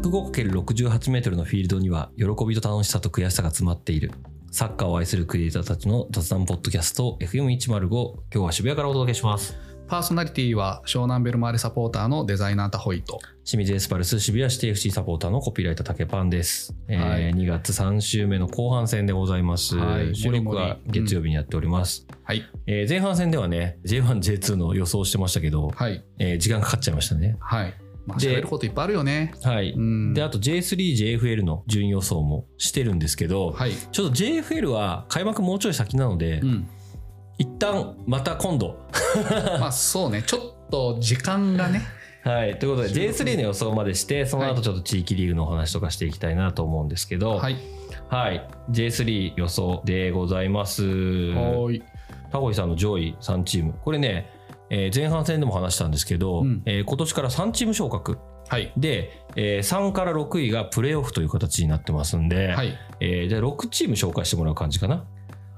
105×68 メートルのフィールドには喜びと楽しさと悔しさが詰まっている。サッカーを愛するクリエイターたちの雑談ポッドキャスト FM105。今日は渋谷からお届けします。 パーソナリティは湘南ベルマーレサポーターのデザイナータホイと清水エスパルス渋谷シティ FC サポーターのコピーライター竹パンです。2月3週目の後半戦でございます。収録は月曜日にやっております。前半戦ではね J1、J2 の予想してましたけど、時間かかっちゃいましたね。 喋ることいっぱいあるよね。 であと J3、JFL の順位予想もしてるんですけど、ちょっと JFL は開幕もうちょい先なので、一旦また今度そうね、ちょっと時間がねということで J3 の予想までして、その後ちょっと地域リーグのお話とかしていきたいなと思うんですけど、J3 予想でございます。タコイさんの上位3チーム、これね、前半戦でも話したんですけど、今年から3チーム昇格、で、3から6位がプレーオフという形になってますんで、じゃあ6チーム紹介してもらう感じかな。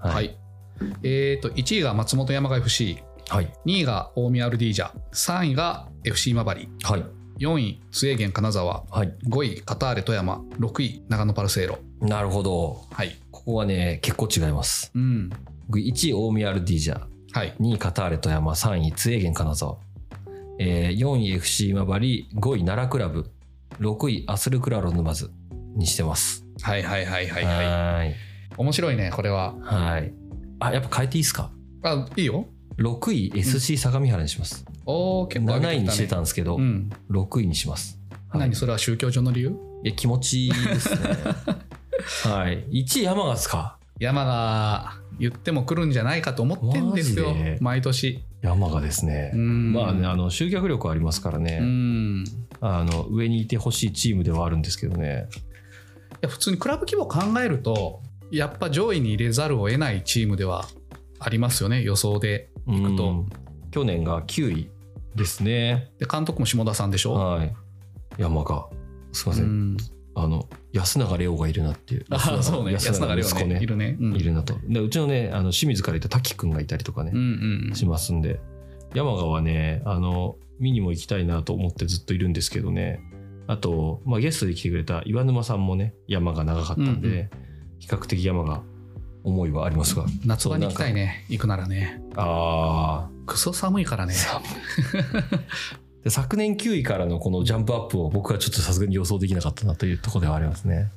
1位が松本山雅 FC、2位が大宮アルディージャ、3位が FC 今治、4位津江源金沢、5位カターレ富山、6位長野パルセイロ。なるほど、ここはね結構違います。1位大宮アルディージャ、2位カターレ富山、3位津江源金沢、4位 FC 今治、5位奈良クラブ、6位アスルクラロ沼津にしてます。面白いねこれは。やっぱ変えていいですか？いいよ。6位 SC 相模原にします。結構7位にしてたんですけど、6位にします。何それは宗教上の理由？気持ちいいですね。1位山賀ですか？山賀言っても来るんじゃないかと思ってんですよ、毎年。山賀ですね。集客力ありますからね。上にいてほしいチームではあるんですけどね。いや普通にクラブ規模を考えるとやっぱ上位に入れざるを得ないチームではありますよね、予想でいくと。去年が9位ですね。で監督も下田さんでしょ。山賀すいません、安永レオがいるなっていう。そうね、安永レオねいるね、いるなと。でうちのね清水からいた滝くんがいたりとかね、しますんで、山賀はね見にも行きたいなと思ってずっといるんですけどね。あと、ゲストで来てくれた岩沼さんもね山賀長かったんで、比較的山賀思いはありますが、夏場に行きたいね、行くならね。クソ寒いからね。で昨年9位からのこのジャンプアップを僕はちょっとさすがに予想できなかったなというところではありますね。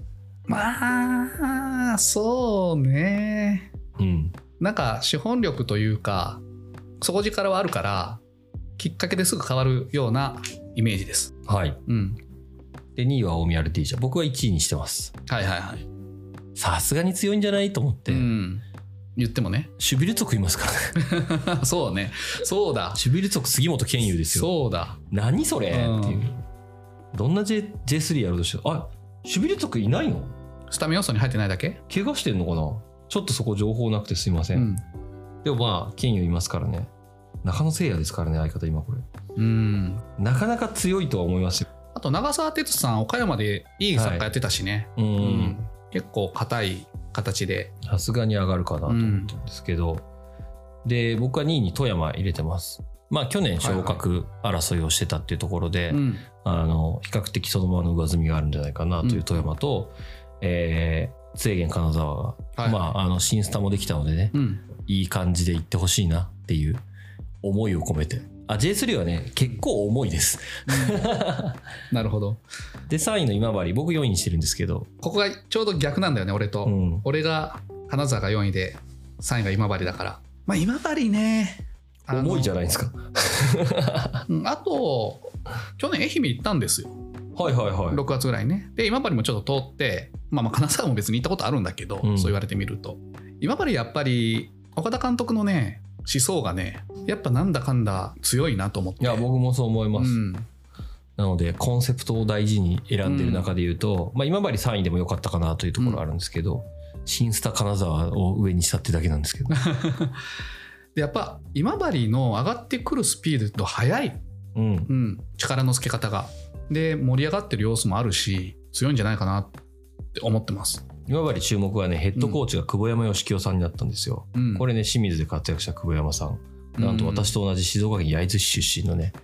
そうね、なんか資本力というか底力はあるからきっかけですぐ変わるようなイメージです。で2位は大宮アルディージャ、僕は1位にしてます。さすがに強いんじゃないと思って、言ってもねシュビルツォクいますからね。そうね、そうだ、シュビルツォク杉本健佑ですよ。そうだ、何それっていう。どんな J3 やろうとしてる。シュビルツォクいないの？スタメン要素に入ってないだけ？怪我してんのかな？ちょっとそこ情報なくてすいません。でも健佑いますからね。中野誠也ですからね、相方今これ。なかなか強いとは思いますよ。あと長澤哲さん岡山でいいサッカーやってたしね。結構硬い形でさすがに上がるかなと思ってるんですけど、で僕は2位に富山入れてます。去年昇格争いをしてたっていうところで、比較的そのままの上積みがあるんじゃないかなという富山と、津江源金沢が、新スタもできたのでね、いい感じでいってほしいなっていう思いを込めて。J3 はね結構重いです。なるほど。で3位の今治、僕4位にしてるんですけど、ここがちょうど逆なんだよね俺と、俺が金沢が4位で3位が今治だから。今治ね重いじゃないですか。あと去年愛媛行ったんですよ。6月ぐらいね。で今治もちょっと通って、金沢も別に行ったことあるんだけど、そう言われてみると今治やっぱり岡田監督のね思想がねやっぱなんだかんだ強いなと思って。いや僕もそう思います。なのでコンセプトを大事に選んでる中で言うと、今治3位でもよかったかなというところあるんですけど、新スタ金沢を上にしたってだけなんですけど。でやっぱ今治の上がってくるスピード速い、力のつけ方がで盛り上がってる様子もあるし強いんじゃないかなって思ってます。今治注目はねヘッドコーチが久保山義清さんになったんですよ。これね清水で活躍した久保山さん、なんと私と同じ静岡県焼津市出身のね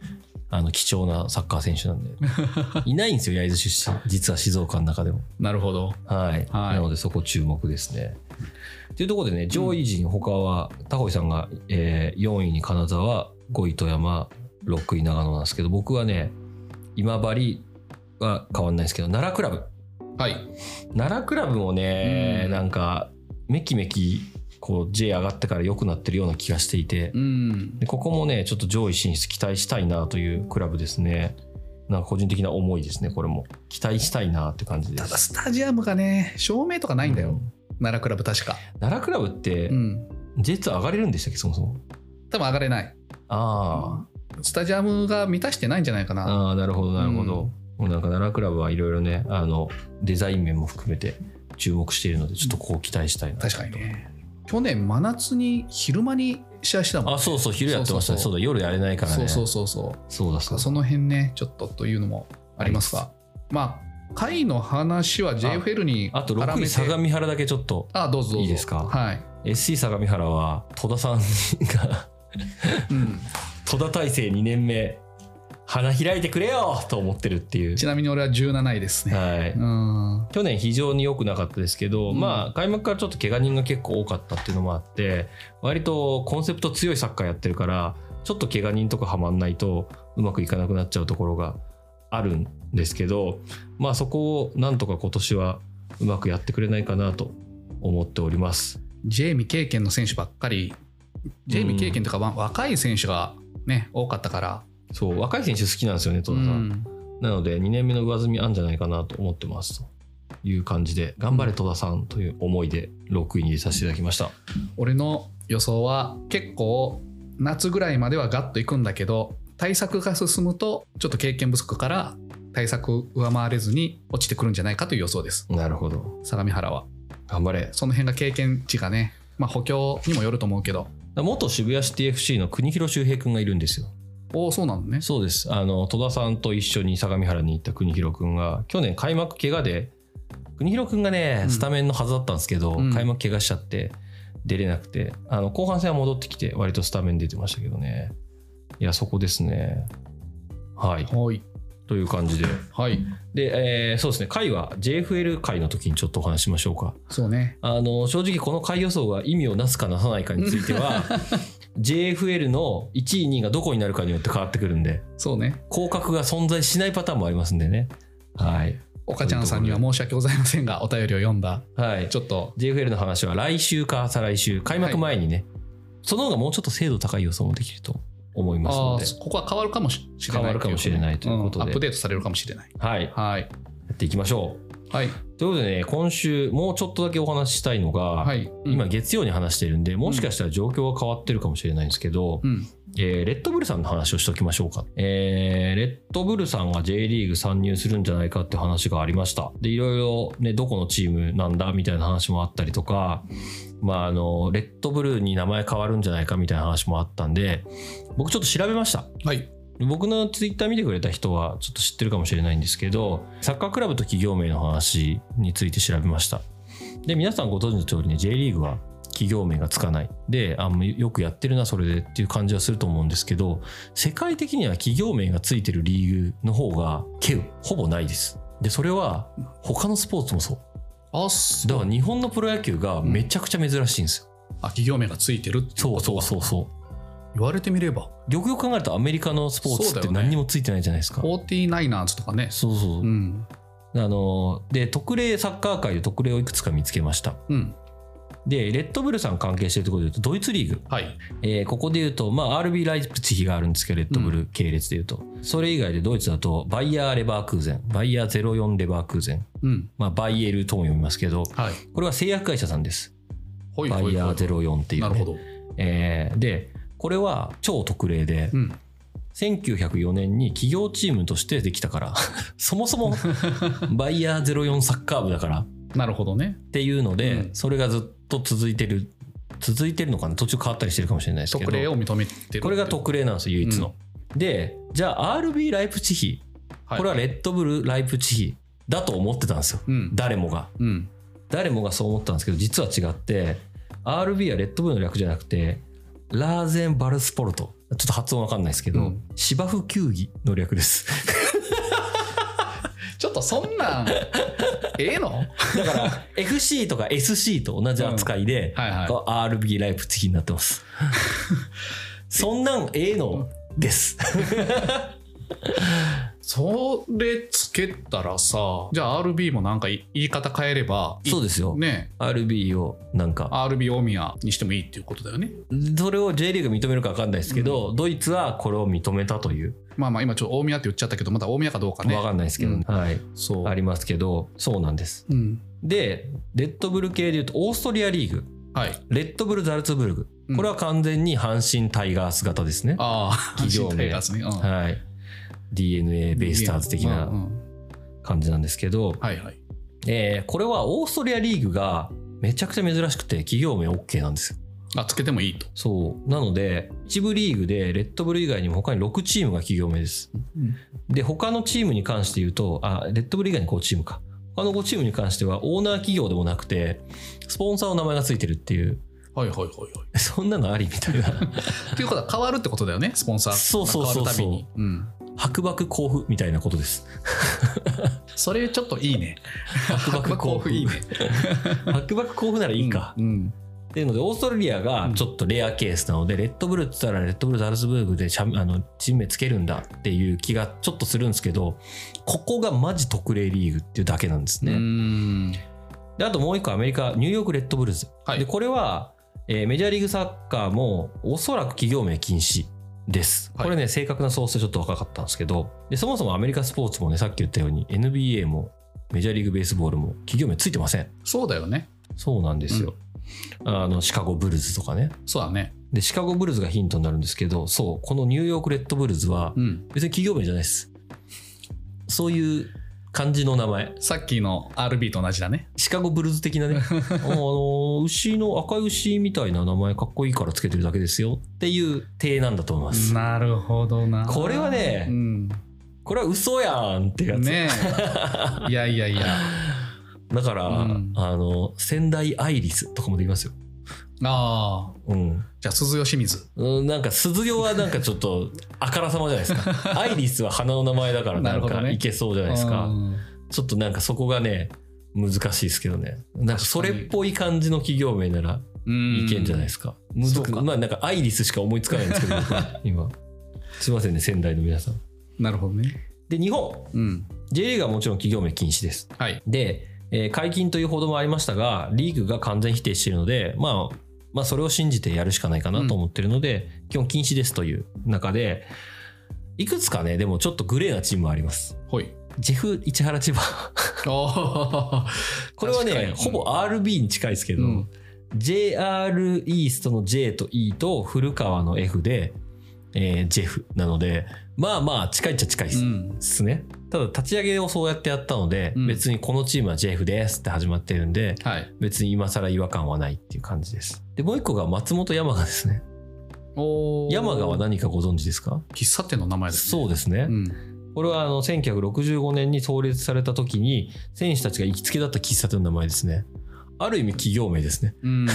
貴重なサッカー選手なんでいないんですよ焼津出身、実は静岡の中でも。 なるほど、 はい、なのでそこ注目ですね。というところでね、上位陣他は田堀さんが、4位に金沢、5位富山、6位長野なんですけど、僕はね今治は変わんないですけど奈良クラブ、 はい、 奈良クラブもね、なんかめきめきこう J 上がってから良くなってるような気がしていて、でここもねちょっと上位進出期待したいなというクラブですね。なんか個人的な思いですね。これも期待したいなって感じです。 ただスタジアムがね照明とかないんだよ、奈良クラブ。確か奈良クラブって、J2 上がれるんでしたっけ、そもそも。 多分上がれない。スタジアムが満たしてないんじゃないかな。 なるほどなるほど、もうなんか奈良クラブはいろいろねデザイン面も含めて注目しているので、ちょっとこう期待したいな。 確かにね、去年真夏に昼間に試合したもんね。 そう昼やってましたね。そうだ、夜やれないからね。 そうだその辺ねちょっとというのもありますが、まあ下位の話は JFL にあと6位相模原だけちょっとどうぞいいですか。 はい、 SC 相模原は戸田さんが戸田大生2年目花開いてくれよと思ってるっていう。 ちなみに俺は17位ですね。 はい、去年非常に良くなかったですけど、まあ開幕からちょっと怪我人が結構多かったっていうのもあって、割とコンセプト強いサッカーやってるから、ちょっと怪我人とかはまんないとうまくいかなくなっちゃうところがあるんですけど、まあそこをなんとか今年はうまくやってくれないかなと思っております。 J 未経験の選手ばっかり、J 未経験とか若い選手がね多かったから。 そう若い選手好きなんですよね戸田さん、なので2年目の上積みあるんじゃないかなと思ってますという感じで、頑張れ戸田さんという思いで6位に入れさせていただきました。 俺の予想は結構夏ぐらいまではガッといくんだけど、対策が進むとちょっと経験不足から対策上回れずに落ちてくるんじゃないかという予想です。 なるほど。 相模原は頑張れ。 その辺が経験値がね、まあ補強にもよると思うけど、 元渋谷シティ FC の国広周平君がいるんですよ。 そうなのね。 そうです。戸田さんと一緒に相模原に行った国広君が去年開幕怪我で、国広君がねスタメンのはずだったんですけど、開幕怪我しちゃって出れなくて、後半戦は戻ってきて割とスタメン出てましたけどね。いやそこですね。はい、という感じで、で、そうですね、回は JFL 回の時にちょっとお話しましょうか。 そうね、 正直この回予想が意味をなすかなさないかについてはJFL の1位2位がどこになるかによって変わってくるんで、 そうね、 降格が存在しないパターンもありますんでね。はい、 岡ちゃんさんには申し訳ございませんが、お便りを読んだ、ちょっと JFL の話は来週か再来週、開幕前にね、その方がもうちょっと精度高い予想もできると思いますので、 ここは変わるかもしれない、 変わるかもしれないということで、 アップデートされるかもしれない。 やっていきましょう。ということでね、今週もうちょっとだけお話ししたいのが、今月曜に話してるんで、もしかしたら状況が変わってるかもしれないんですけど、レッドブルさんの話をしておきましょうか。レッドブルさんが J リーグ参入するんじゃないかって話がありました。でいろいろね、どこのチームなんだみたいな話もあったりとか、レッドブルに名前変わるんじゃないかみたいな話もあったんで、僕ちょっと調べました。僕のツイッター見てくれた人はちょっと知ってるかもしれないんですけど、サッカークラブと企業名の話について調べました。で皆さんご存知の通りね、 J リーグは企業名がつかないで、よくやってるなそれでっていう感じはすると思うんですけど、世界的には企業名がついてるリーグの方がほぼないです。でそれは他のスポーツもそう。だから日本のプロ野球がめちゃくちゃ珍しいんですよ。 企業名がついてるっていうことは。そう言われてみれば、 よくよく考えるとアメリカのスポーツって何にもついてないじゃないですか。 49ers とかね。 で特例、サッカー界で特例をいくつか見つけました。でレッドブルさん関係しているところでいうとドイツリーグ、ここでいうと、RB ライプツィヒがあるんですけど、レッドブル系列でいうと、それ以外でドイツだとバイヤーレバークーゼン、バイヤー04レバークーゼン、バイエルとも読みますけど、これは製薬会社さんです。バイヤー04っていう、ね、 なるほど。 でこれは超特例で、1904年に企業チームとしてできたからそもそもバイヤー04サッカー部だからなるほどねっていうので、それがずっと続いてるのかな、途中変わったりしてるかもしれないですけど、 特例を認めてる、 これが特例なんですよ、唯一の。でじゃあ RB ライプチヒ、これはレッドブルライプチヒだと思ってたんですよ、誰もが、誰もがそう思ったんですけど、実は違って RB はレッドブルの略じゃなくてラーゼンバルスポルトちょっと発音わかんないですけど、芝生球技の略ですちょっとそんなんのだから FC とか SC と同じ扱いで、RB ライプツィヒになってますそんなんのですそれつけたらさ、じゃあ RB もなんか言い方変えればいい。 そうですよね。 RB をなんか RB 大宮にしてもいいっていうことだよね。 それを J リーグ認めるか分かんないですけど、ドイツはこれを認めたという。 まあ今ちょっと大宮って言っちゃったけど、また大宮かどうかね分かんないですけど、はい、そうありますけど、そうなんです、でレッドブル系でいうとオーストリアリーグ、レッドブルザルツブルグ、これは完全に阪神タイガース型ですね。企業名、はい、DNA ベイスターズ的な感じなんですけど、これはオーストリアリーグがめちゃくちゃ珍しくて企業名 OK なんですよ。 つけてもいいと。 そうなので一部リーグでレッドブル以外にも他に6チームが企業名です、で他のチームに関して言うとレッドブル以外に5チームか、他の5チームに関してはオーナー企業でもなくてスポンサーの名前がついてるっていう、そんなのありみたいなっていうことは変わるってことだよね、スポンサーが変わるたびに。 白馬甲府みたいなことですそれちょっといいね。 白馬甲府いいね白馬甲府ならいいか、っていうのでオーストラリアがちょっとレアケースなので、レッドブルって言ったらレッドブルザルツブルグでチーム名つけるんだっていう気がちょっとするんですけど、ここがマジ特例リーグっていうだけなんですね。であともう一個アメリカニューヨークレッドブルズ、でこれは、メジャーリーグサッカーもおそらく企業名禁止です。これね、正確なソースちょっと若かったんですけど、でそもそもアメリカスポーツもね、さっき言ったように NBA もメジャーリーグベースボールも企業名ついてません。 そうだよね。 そうなんですよ、シカゴブルズとかね。 そうだね。 でシカゴブルズがヒントになるんですけど、そうこのニューヨークレッドブルズは別に企業名じゃないです、そういう感じの名前。 さっきの RB と同じだね。 シカゴブルズ的なね牛の赤い牛みたいな名前かっこいいからつけてるだけですよっていう体なんだと思います。 なるほどな。 これはね、これは嘘やんってやつね。 いやだから、仙台アイリスとかもできますよ。 じゃあ鈴代清水、 なんか鈴代はなんかちょっとあからさまじゃないですかアイリスは花の名前だからなんかいけそうじゃないですか、ちょっとなんかそこがね難しいですけどね。なんかそれっぽい感じの企業名ならいけんじゃないですか。まあなんかアイリスしか思いつかないんですけど今すいませんね仙台の皆さん。 なるほどね。 で日本、J リーグはもちろん企業名禁止です、で、解禁という報道もありましたがリーグが完全否定しているので、まあそれを信じてやるしかないかなと思ってるので、基本禁止ですという中でいくつかねでもちょっとグレーなチームもあります。ジェフ市原千葉これはねほぼ RB に近いですけど、JR イーストの J と E と古川の F で、ジェフなのでまあ近いっちゃ近いですね、ただ立ち上げをそうやってやったので、別にこのチームは JF ですって始まってるんで、別に今更違和感はないっていう感じです。でもう一個が松本山雅ですね。山雅は何かご存知ですか？ 喫茶店の名前ですね。 そうですね、これは1965年に創立された時に選手たちが行きつけだった喫茶店の名前ですね。ある意味企業名ですね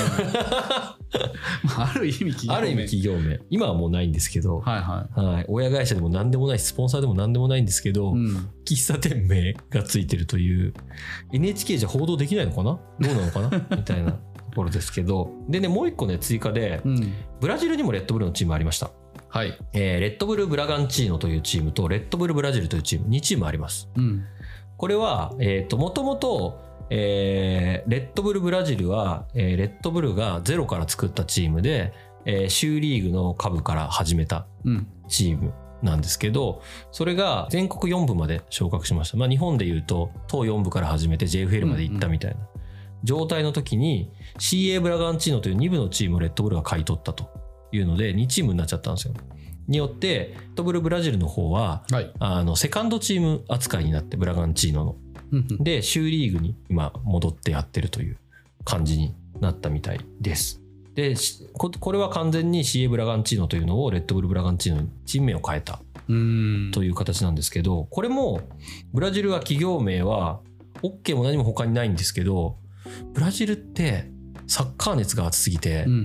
ある意味企業名。今はもうないんですけど、親会社でも何でもないしスポンサーでも何でもないんですけど、喫茶店名がついてるという NHK じゃ報道できないのかなどうなのかなみたいなところですけど、でねもう一個ね追加で、ブラジルにもレッドブルのチームありました。レッドブルブラガンチーノというチームとレッドブルブラジルというチーム2チームあります、これはもともとレッドブルブラジルは、レッドブルがゼロから作ったチームで、州リーグの下部から始めたチームなんですけど、それが全国4部まで昇格しました。日本でいうと東4部から始めて JFL まで行ったみたいな状態の時に CA ブラガンチーノという2部のチームをレッドブルが買い取ったというので2チームになっちゃったんですよ。によってレッドブルブラジルの方は、セカンドチーム扱いになってブラガンチーノので州リーグに今戻ってやってるという感じになったみたいです。でこれは完全に CA ブラガンチーノというのをレッドブルブラガンチーノにチーム名を変えたという形なんですけど、これもブラジルは企業名は OK も何も他にないんですけど、ブラジルってサッカー熱が熱すぎて、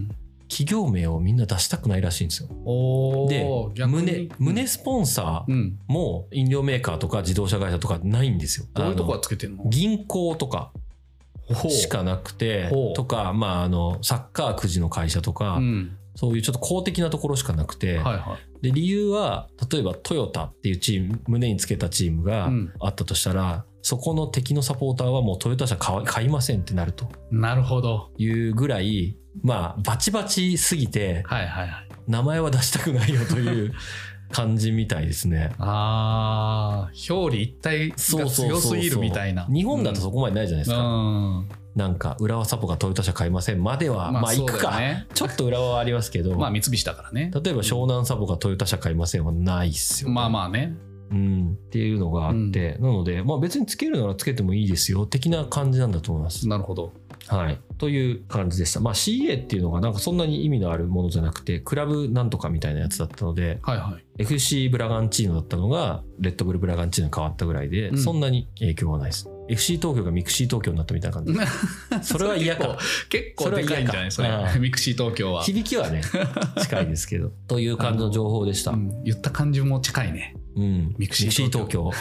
企業名をみんな出したくないらしいんですよ。で胸スポンサーも飲料メーカーとか自動車会社とかないんですよ。 どういうとこはつけてんの？ 銀行とかしかなくてとか、サッカーくじの会社とか、そういうちょっと公的なところしかなくて、で理由は例えばトヨタっていうチーム、胸につけたチームがあったとしたら、そこの敵のサポーターはもうトヨタ車買いませんってなると。 なるほど。 いうぐらいバチバチすぎて、名前は出したくないよという感じみたいですね。 表裏一体が強すぎるみたいな。 日本だとそこまでないじゃないですか。なんか浦和サポがトヨタ車買いませんまでは行くか、ちょっと浦和はありますけど、 三菱だからね。 例えば湘南サポがトヨタ車買いませんはないっすよ、ね。っていうのがあって、なので別につけるならつけてもいいですよ的な感じなんだと思います。 なるほど。 はい、という感じでした。CA っていうのがなんかそんなに意味のあるものじゃなくて、クラブなんとかみたいなやつだったので、FC ブラガンチーノだったのがレッドブルブラガンチーノに変わったぐらいで、そんなに影響はないです。FC 東京がミクシー東京になったみたいな感じそれは嫌か。 結構でかいんじゃないそれ。ミクシー東京は響きはね近いですけどという感じの情報でした。 言った感じも近いね。ミクシー東京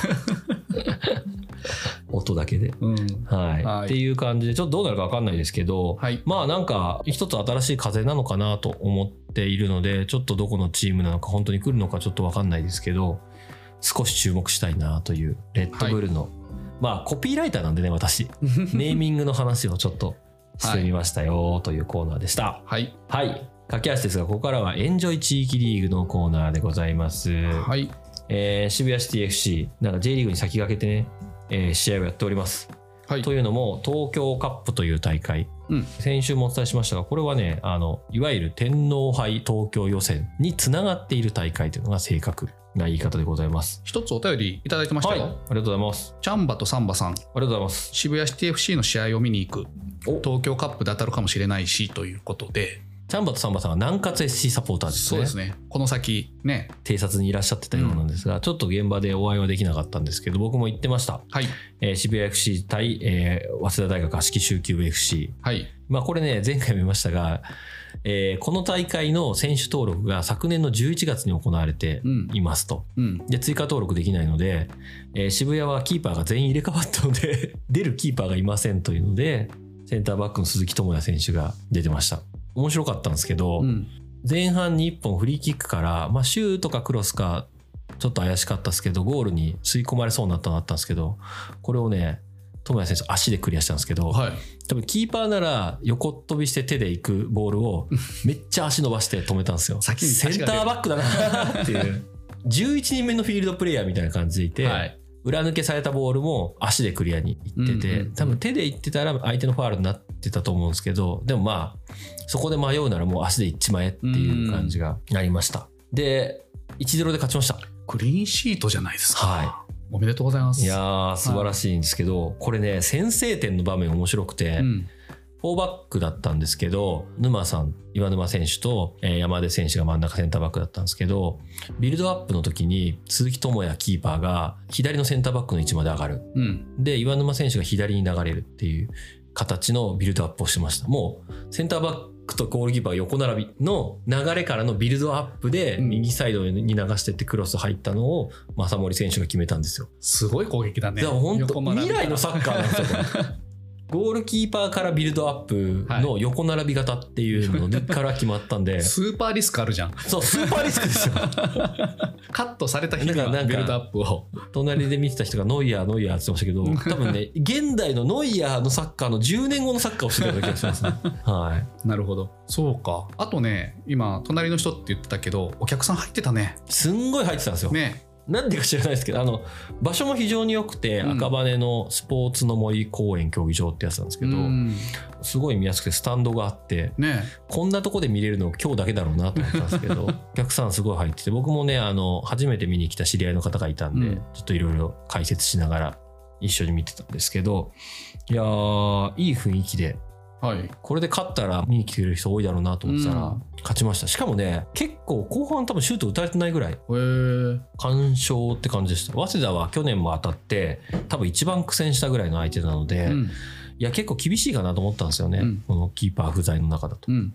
音だけで、っていう感じでちょっとどうなるか分かんないですけど、なんか一つ新しい風なのかなと思っているので、ちょっとどこのチームなのか本当に来るのかちょっと分かんないですけど、少し注目したいなというレッドブルの、コピーライターなんでね私ネーミングの話をちょっとしてみましたよというコーナーでした。駆け足ですが、ここからはエンジョイ地域リーグのコーナーでございます。渋谷シティ FC なんか J リーグに先駆けてね、試合をやっております。というのも東京カップという大会、先週もお伝えしましたが、これはねいわゆる天皇杯東京予選につながっている大会というのが正確な言い方でございます。 一つお便りいただいてましたよ。 ありがとうございます。 チャンバとサンバさん、ありがとうございます。 渋谷シティ FC の試合を見に行く、東京カップで当たるかもしれないしということで、 チャンバとサンバさんは南葛 SC サポーターですね。 そうですね。この先ね偵察にいらっしゃってたようなんですが、ちょっと現場でお会いはできなかったんですけど、僕も行ってました。渋谷 FC 対、早稲田大学芦木集球部 FC、これね前回見ましたが、この大会の選手登録が昨年の11月に行われていますと、で追加登録できないので、渋谷はキーパーが全員入れ替わったので出るキーパーがいませんというので、センターバックの鈴木智也選手が出てました。面白かったんですけど、前半に1本フリーキックから、シュートかクロスかちょっと怪しかったですけど、ゴールに吸い込まれそうになったのあったんですけど、これをね智也選手足でクリアしたんですけど、多分キーパーなら横っ飛びして手で行くボールをめっちゃ足伸ばして止めたんですよ。センターバックだなっていう11人目のフィールドプレイヤーみたいな感じでいて、裏抜けされたボールも足でクリアにいってて、多分手で行ってたら相手のファールになってたと思うんですけど、でもそこで迷うならもう足で行っちまえっていう感じがありました。で 1-0 で勝ちました。 クリーンシートじゃないですか。おめでとうございます。 いやー素晴らしいんですけど、これね先制点の場面面白くて、4バックだったんですけど、岩沼選手と山出選手が真ん中センターバックだったんですけど、ビルドアップの時に鈴木智也キーパーが左のセンターバックの位置まで上がる、で岩沼選手が左に流れるっていう形のビルドアップをしました。もうセンターバックとゴールキーパー横並びの流れからのビルドアップで右サイドに流してってクロス入ったのを正森選手が決めたんですよ。 すごい攻撃だね。 本当未来のサッカーなんですよゴールキーパーからビルドアップの横並び型っていうのから決まったんで、 スーパーリスクあるじゃん。 そうスーパーリスクですよカットされた日にはビルドアップを隣で見てた人がノイヤーって言ってましたけど、多分ね現代のノイヤーのサッカーの10年後のサッカーをしてたような気がしますねなるほど。そうか。あとね今隣の人って言ってたけど、お客さん入ってたね。 すんごい入ってたんですよね。なんでか知らないですけど、場所も非常に良くて、赤羽のスポーツの森公園競技場ってやつなんですけど、すごい見やすくてスタンドがあって、こんなとこで見れるの今日だけだろうなと思ったんですけどお客さんすごい入ってて、僕もね初めて見に来た知り合いの方がいたんで、ちょっといろいろ解説しながら一緒に見てたんですけど、いやーいい雰囲気で、これで勝ったら見に来てくれる人多いだろうなと思ってたら、勝ちました。しかもね結構後半多分シュート打たれてないぐらい完勝って感じでした。早稲田は去年も当たって多分一番苦戦したぐらいの相手なので、いや結構厳しいかなと思ったんですよね、このキーパー不在の中だと、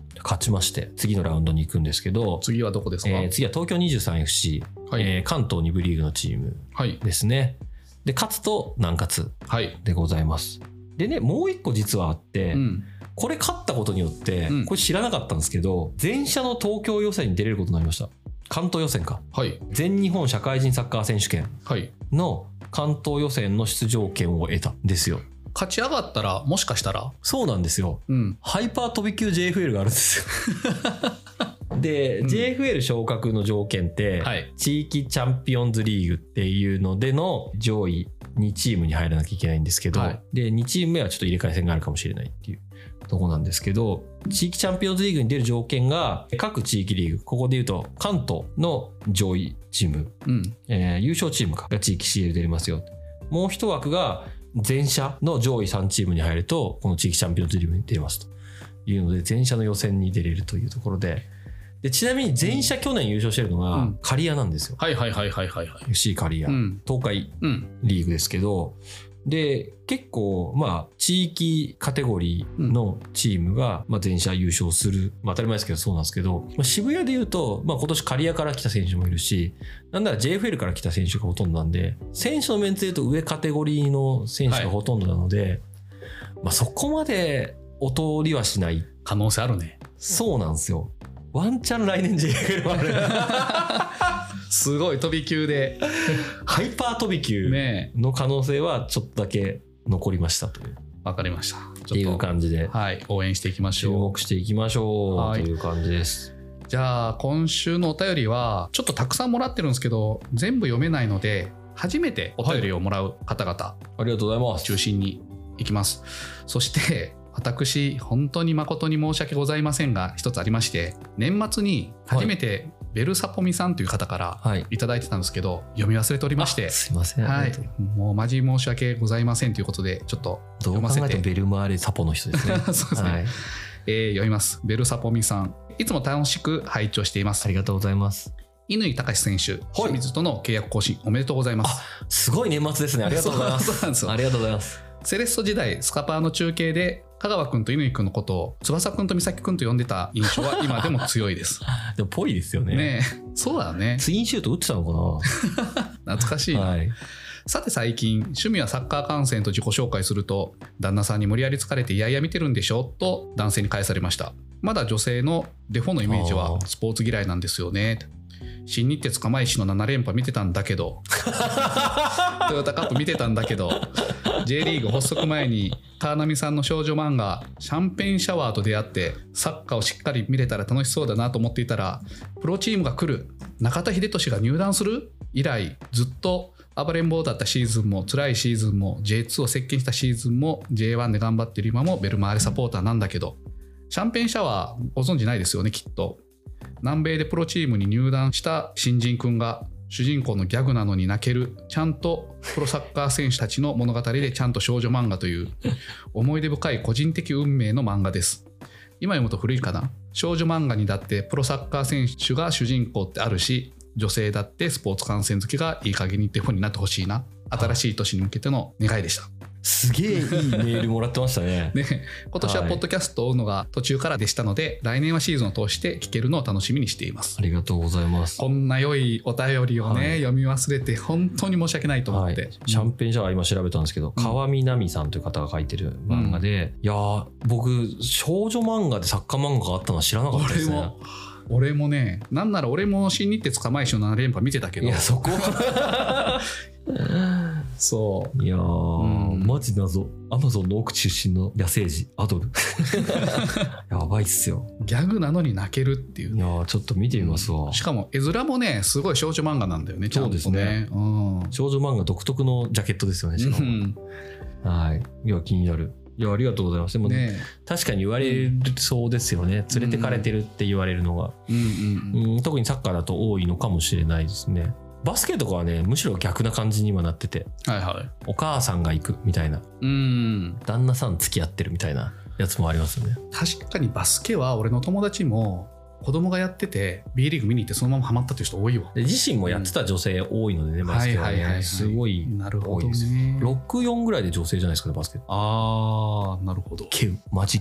勝ちまして次のラウンドに行くんですけど、 次はどこですか？ 次は東京 23FC、関東2部リーグのチームですね。で勝つと南葛でございます。でね、もう一個実はあって、これ勝ったことによって、これ知らなかったんですけど、全社の東京予選に出れることになりました。関東予選か、全日本社会人サッカー選手権の関東予選の出場権を得たんですよ。 勝ち上がったらもしかしたら。 そうなんですよ、ハイパー飛び級 JFL があるんですよで、JFL 昇格の条件って、地域チャンピオンズリーグっていうのでの上位2チームに入らなきゃいけないんですけど、で2チーム目はちょっと入れ替え戦があるかもしれないっていうとこなんですけど、地域チャンピオンズリーグに出る条件が各地域リーグ、ここでいうと関東の上位チーム、優勝チームが地域 CL 出れますよ。もう一枠が全社の上位3チームに入るとこの地域チャンピオンズリーグに出れますというので、全社の予選に出れるというところで、ちなみに全社去年優勝してるのが刈谷なんですよ。FC 刈谷、東海リーグですけど、で結構地域カテゴリーのチームが全社優勝する、当たり前ですけどそうなんですけど、渋谷でいうと今年刈谷から来た選手もいるし、なんなら JFL から来た選手がほとんどなんで、選手のメンツでいうと上カテゴリーの選手がほとんどなので、そこまでお通りはしない可能性あるね。 そうなんですよ。ワンチャン来年 JFL もあるすごい飛び級でハイパー飛び級の可能性はちょっとだけ残りましたという。 わかりました。 っていう感じで、 応援していきましょう。 注目していきましょうという感じです。 じゃあ今週のお便りはちょっとたくさんもらってるんですけど、全部読めないので初めてお便りをもらう方々、 ありがとうございます。 中心にいきます。そして私本当に誠に申し訳ございませんが一つありまして、年末に初めてベルサポミさんという方からいただいてたんですけど、読み忘れておりまして、 すいません、 もうマジ申し訳ございませんということでちょっと読ませて。 どう考えてもベルマーレサポの人ですねそうですね、読みます。ベルサポミさん、いつも楽しく拝聴しています。 ありがとうございます。 乾隆選手、清水との契約更新おめでとうございます。 すごい年末ですね。ありがとうございます。 そうなんですよ。 ありがとうございます。 セレッソ時代スカパーの中継で香川くんと乾くんのことを翼くんと美咲くんと呼んでた印象は今でも強いですでもぽいですよね。 ねえ、そうだね。 ツインシュート打ってたのかな懐かしいな、さて最近趣味はサッカー観戦と自己紹介すると、旦那さんに無理やり疲れていやいや見てるんでしょと男性に返されました。まだ女性のデフォのイメージはスポーツ嫌いなんですよね。新日鉄釜石の7連覇見てたんだけどトヨタカップ見てたんだけど J リーグ発足前に川波さんの少女漫画シャンペンシャワーと出会ってサッカーをしっかり見れたら楽しそうだなと思っていたら、プロチームが来る、中田英寿が入団する以来ずっと暴れん坊だったシーズンも辛いシーズンも J2 を席巻したシーズンも J1 で頑張ってる今もベルマーレサポーターなんだけど、シャンペンシャワーご存知ないですよねきっと。南米でプロチームに入団した新人くんが主人公のギャグなのに泣ける、ちゃんとプロサッカー選手たちの物語でちゃんと少女漫画という思い出深い個人的運命の漫画です。今読むと古いかな。少女漫画にだってプロサッカー選手が主人公ってあるし、女性だってスポーツ観戦好きがいい加減にデフォになってほしいな。新しい年に向けての願いでした。 すげえいいメールもらってましたね。 ね、今年はポッドキャストを追うのが途中からでしたので、来年はシーズンを通して聞けるのを楽しみにしています。 ありがとうございます。 こんな良いお便りをね、読み忘れて本当に申し訳ないと思って、 シャンペンシャワー今調べたんですけど、川見奈美さんという方が書いてる漫画で、いや僕少女漫画でサッカー漫画があったのは知らなかったですね。 俺もね、なんなら俺も新日鉄釜石の7連覇見てたけど、 いやそこそういやマジ謎。アマゾンの奥出身の野生児アドルやばいっすよ。 ギャグなのに泣けるっていう、 ね、いやちょっと見てみますわ。 しかも絵面もねすごい少女漫画なんだよね。 そうですね、少女漫画独特のジャケットですよね。しかも、はい、いや気になる。いやありがとうございます。でも、ね、確かに言われるそうですよね、連れてかれてるって言われるのが、特にサッカーだと多いのかもしれないですね。バスケとかはねむしろ逆な感じにはなってて、お母さんが行くみたいな、旦那さん付き合ってるみたいなやつもありますよね。 確かにバスケは俺の友達も子供がやってて B リーグ見に行ってそのままハマったっていう人多いわ。 で自身もやってた女性多いのでね、バスケはねすごい多いです。64ぐらいで女性じゃないですかねバスケ。 ああなるほど。 ケウマジケウ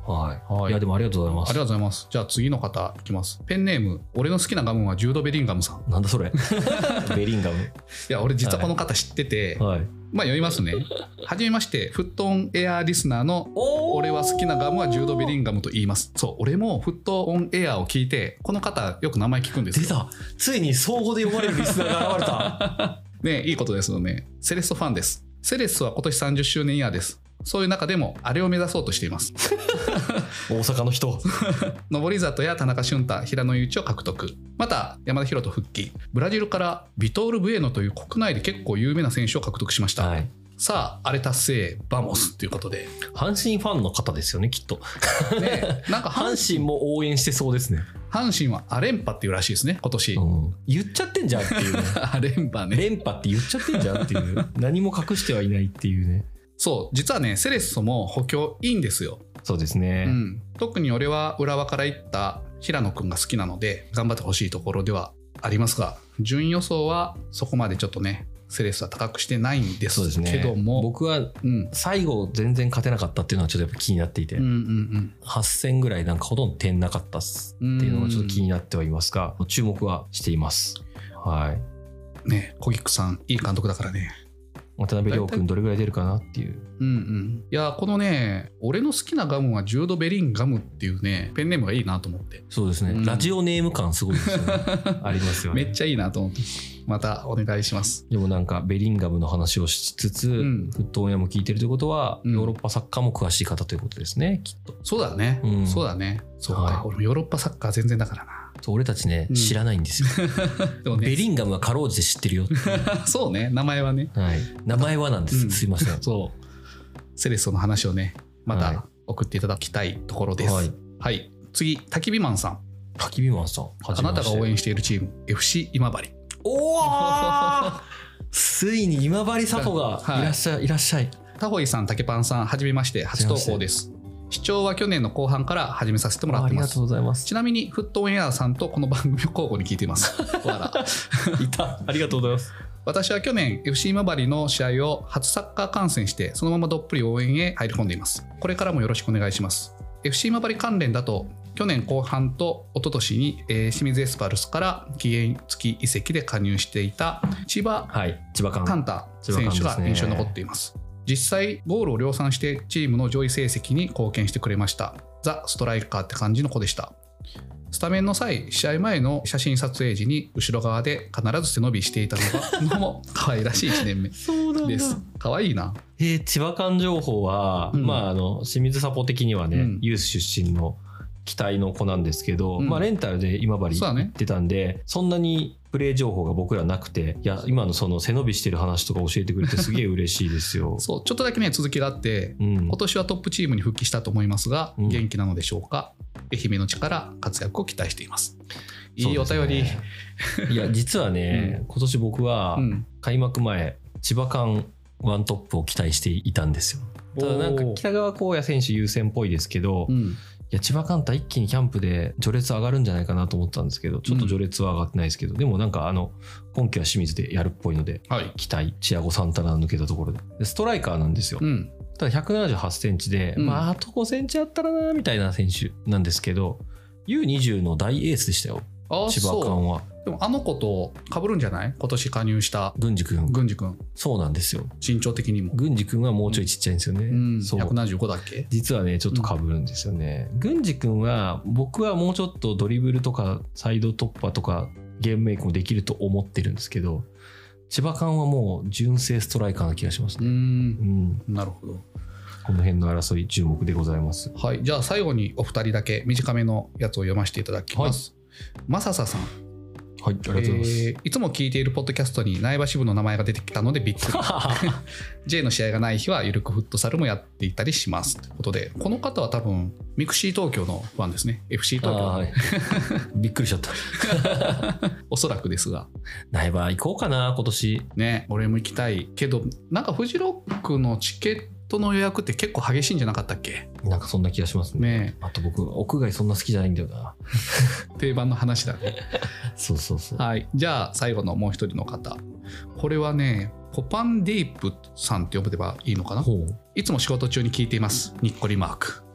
はい。いや、でもありがとうございます。 ありがとうございます。じゃあ次の方いきます。ペンネーム、俺の好きなガムはジュード・ベリンガムさん。 なんだそれ。ベリンガム。いや、俺実はこの方知ってて、はい、まあ読みますね。はじめまして、フットオンエアリスナーの俺は好きなガムはジュード・ベリンガムと言います。そう、俺もフットオンエアを聞いて、この方よく名前聞くんですよ。 出た。ついに相互で呼ばれるリスナーが現れた。 ね、いいことですよね。セレッソファンです。セレッソは今年30周年イヤーです。そういう中でもあれを目指そうとしています。 大阪の人。 登里や田中俊太、平野雄一を獲得。また山田大翔復帰。ブラジルからビトール・ブエノという国内で結構有名な選手を獲得しました。はい、さああれ達成バモスということで、 阪神ファンの方ですよねきっと。ね、なんか阪神も応援してそうですね。 阪神はア連覇っていうらしいですね今年、 言っちゃってんじゃんっていう、ね、 ア連覇ね、 連覇って言っちゃってんじゃんっていう何も隠してはいないっていうね。 そう実はねセレッソも補強いいんですよ。 そうですね、 特に俺は浦和から行った平野くんが好きなので頑張ってほしいところではありますが、順位予想はそこまでちょっとねセレッソは高くしてないんですけども、 僕は最後全然勝てなかったっていうのはちょっとやっぱ気になっていて、8戦ぐらいなんかほとんど点なかったっていうのがちょっと気になってはいますが、注目はしています。はいね、小菊さんいい監督だからね。 渡辺亮君どれぐらい出るかなっていう。 いやこのね俺の好きなガムはジュード・ベリンガムっていうねペンネームがいいなと思って。 そうですね、ラジオネーム感すごいですよね。ありますよね。 めっちゃいいなと思ってまたお願いします。 でもなんかベリンガムの話をしつつ、フットオンエアも聞いてるということは、ヨーロッパサッカーも詳しい方ということですねきっと。 そうだね、そうだね。そうか、俺もヨーロッパサッカー全然だからな。 俺たちね、知らないんですよ。でもね、ベリンガムはかろうじて知ってるよ。 そうね、名前はね。 名前はなんです。すいません。 そう。セレッソの話をね、また送っていただきたいところです。はい。次、焚き火マンさん。 焚き火マンさん。 あなたが応援しているチーム、FC 今治。 おーついに今治サポがいらっしゃい。 タホイさん、竹パンさん、はじめまして、初投稿です。視聴は去年の後半から始めさせてもらってます。 ありがとうございます。 ちなみにフットオンエアさんとこの番組を交互に聞いています。 いた。ありがとうございます。 私は去年 FC 今治の試合を初サッカー観戦してそのままどっぷり応援へ入り込んでいます。これからもよろしくお願いします。 FC 今治関連だと去年後半と一昨年に清水エスパルスから期限付き移籍で加入していた千葉カンタ選手が印象に残っています。実際ゴールを量産してチームの上位成績に貢献してくれました。ザ・ストライカーって感じの子でした。スタメンの際、試合前の写真撮影時に後ろ側で必ず背伸びしていたのがも可愛らしい1年目です。可愛いな。 千葉間情報は、清水サポ的にはね、ユース出身の期待の子なんですけど、レンタルで今治行ってたんで そんなにプレー情報が僕らなくて、いや今のその背伸びしてる話とか教えてくれてすげえ嬉しいですよ。 そうちょっとだけね続きがあって、今年はトップチームに復帰したと思いますが、元気なのでしょうか。愛媛の力活躍を期待しています。いいお便り。 いや実はね、今年僕は開幕前千葉間ワントップを期待していたんですよ。ただなんか北川浩也選手優先っぽいですけど、いや千葉カンタ一気にキャンプで序列上がるんじゃないかなと思ったんですけど、ちょっと序列は上がってないですけど、でもなんか今季は清水でやるっぽいので、期待。チアゴ・サンタナ抜けたところでストライカーなんですよ。ただ178センチで、あと5センチあったらなみたいな選手なんですけど、U20 の大エースでしたよ千葉間は。 でも子と被るんじゃない？今年加入した郡司君。そうなんですよ。 身長的にも郡司君はもうちょいちっちゃいんですよね。 175だっけ？ 実はねちょっと被るんですよね。郡司君は僕はもうちょっとドリブルとかサイド突破とかゲームメイクもできると思ってるんですけど、千葉間はもう純正ストライカーな気がしますね。 なるほど。 この辺の争い注目でございます。 はい、じゃあ最後にお二人だけ短めのやつを読ませていただきます。まさささん。 はい、ありがとうございます。 いつも聞いているポッドキャストに苗場支部の名前が出てきたのでびっくり。J の試合がない日はゆるくフットサルもやっていたりしますということで、この方は多分ミクシー東京のファンですね。 FC 東京のびっくりしちゃった。 おそらくですが、 苗場行こうかな今年ね。俺も行きたいけど、なんかフジロックのチケットの予約って結構激しいんじゃなかったっけ？ なんかそんな気がしますね。あと僕屋外そんな好きじゃないんだよな。 定番の話だね。 そうそうそう。 はい、じゃあ最後のもう一人の方、これはねポパンディープさんって呼べばいいのかな。いつも仕事中に聞いています。にっこりマーク。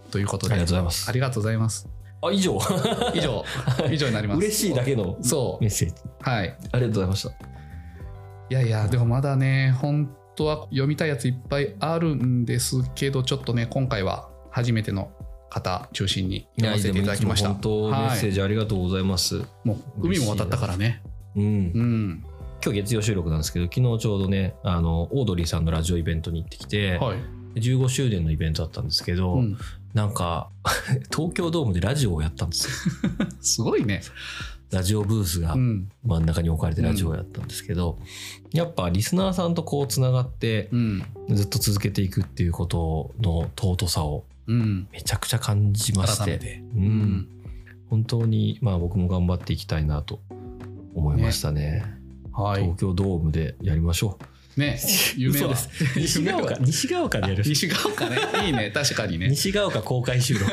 ということで、 ありがとうございます。 ありがとうございます。 あ、以上以上になります。 嬉しいだけのメッセージ。 はい。 ありがとうございました。 いやでもまだね、本当は読みたいやついっぱいあるんですけど、ちょっとね、今回は初めての方中心に読ませていただきました。 本当メッセージありがとうございます。 もう海も渡ったからね。 今日月曜収録なんですけど、昨日ちょうどね、オードリーさんのラジオイベントに行ってきて、15周年のイベントだったんですけど、なんか東京ドームでラジオをやったんですよ。 すごいね。 ラジオブースが真ん中に置かれてラジオをやったんですけど、やっぱリスナーさんとこうつながってずっと続けていくっていうことの尊さをめちゃくちゃ感じまして、本当に僕も頑張っていきたいなと思いましたね。東京ドームでやりましょう。 ね、夢は西が丘でやる。 西が丘ね、いいね、確かにね。 西が丘公開収録。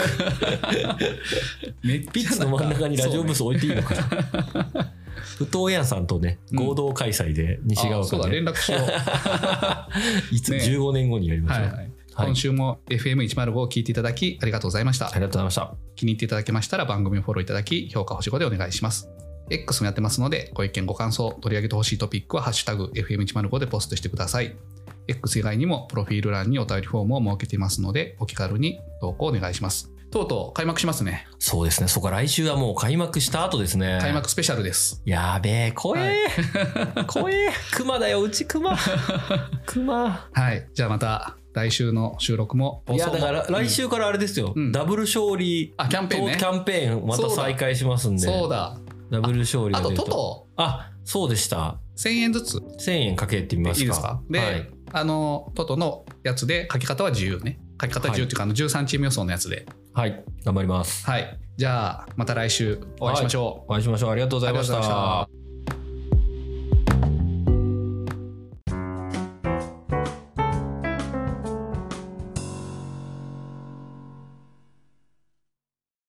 ピッツの真ん中にラジオブース置いていいのかな。ふとやさんとね、合同開催で西が丘で。 そうだ、連絡しよう。 いつ15年後にやりましょう。 今週も FM105 を聞いていただきありがとうございました。 ありがとうございました。 気に入っていただけましたら番組をフォローいただき、評価星5でお願いします。X もやってますので、ご意見ご感想、取り上げてほしいトピックはハッシュタグ FM105 でポストしてください。X 以外にもプロフィール欄にお便りフォームを設けていますので、お気軽に投稿お願いします。とうとう開幕しますね。 そうですね。そこ来週はもう開幕した後ですね。 開幕スペシャルです。 やべえ、怖え、怖え。熊だよ、うち熊。熊。 はい。じゃあまた来週の収録も。 いやだから来週からあれですよ。ダブル勝利キャンペーンね。 キャンペーンまた再開しますんで。 そうだ。 ダブル勝利あとトト。 そうでした。 1000円ずつ。 1000円かけてみますか。 いいですか。で、トトのやつで書き方は自由ね。書き方自由っていうか13チーム予想のやつで。 はい。頑張ります。 はい。じゃあまた来週お会いしましょう。 お会いしましょう。ありがとうございました。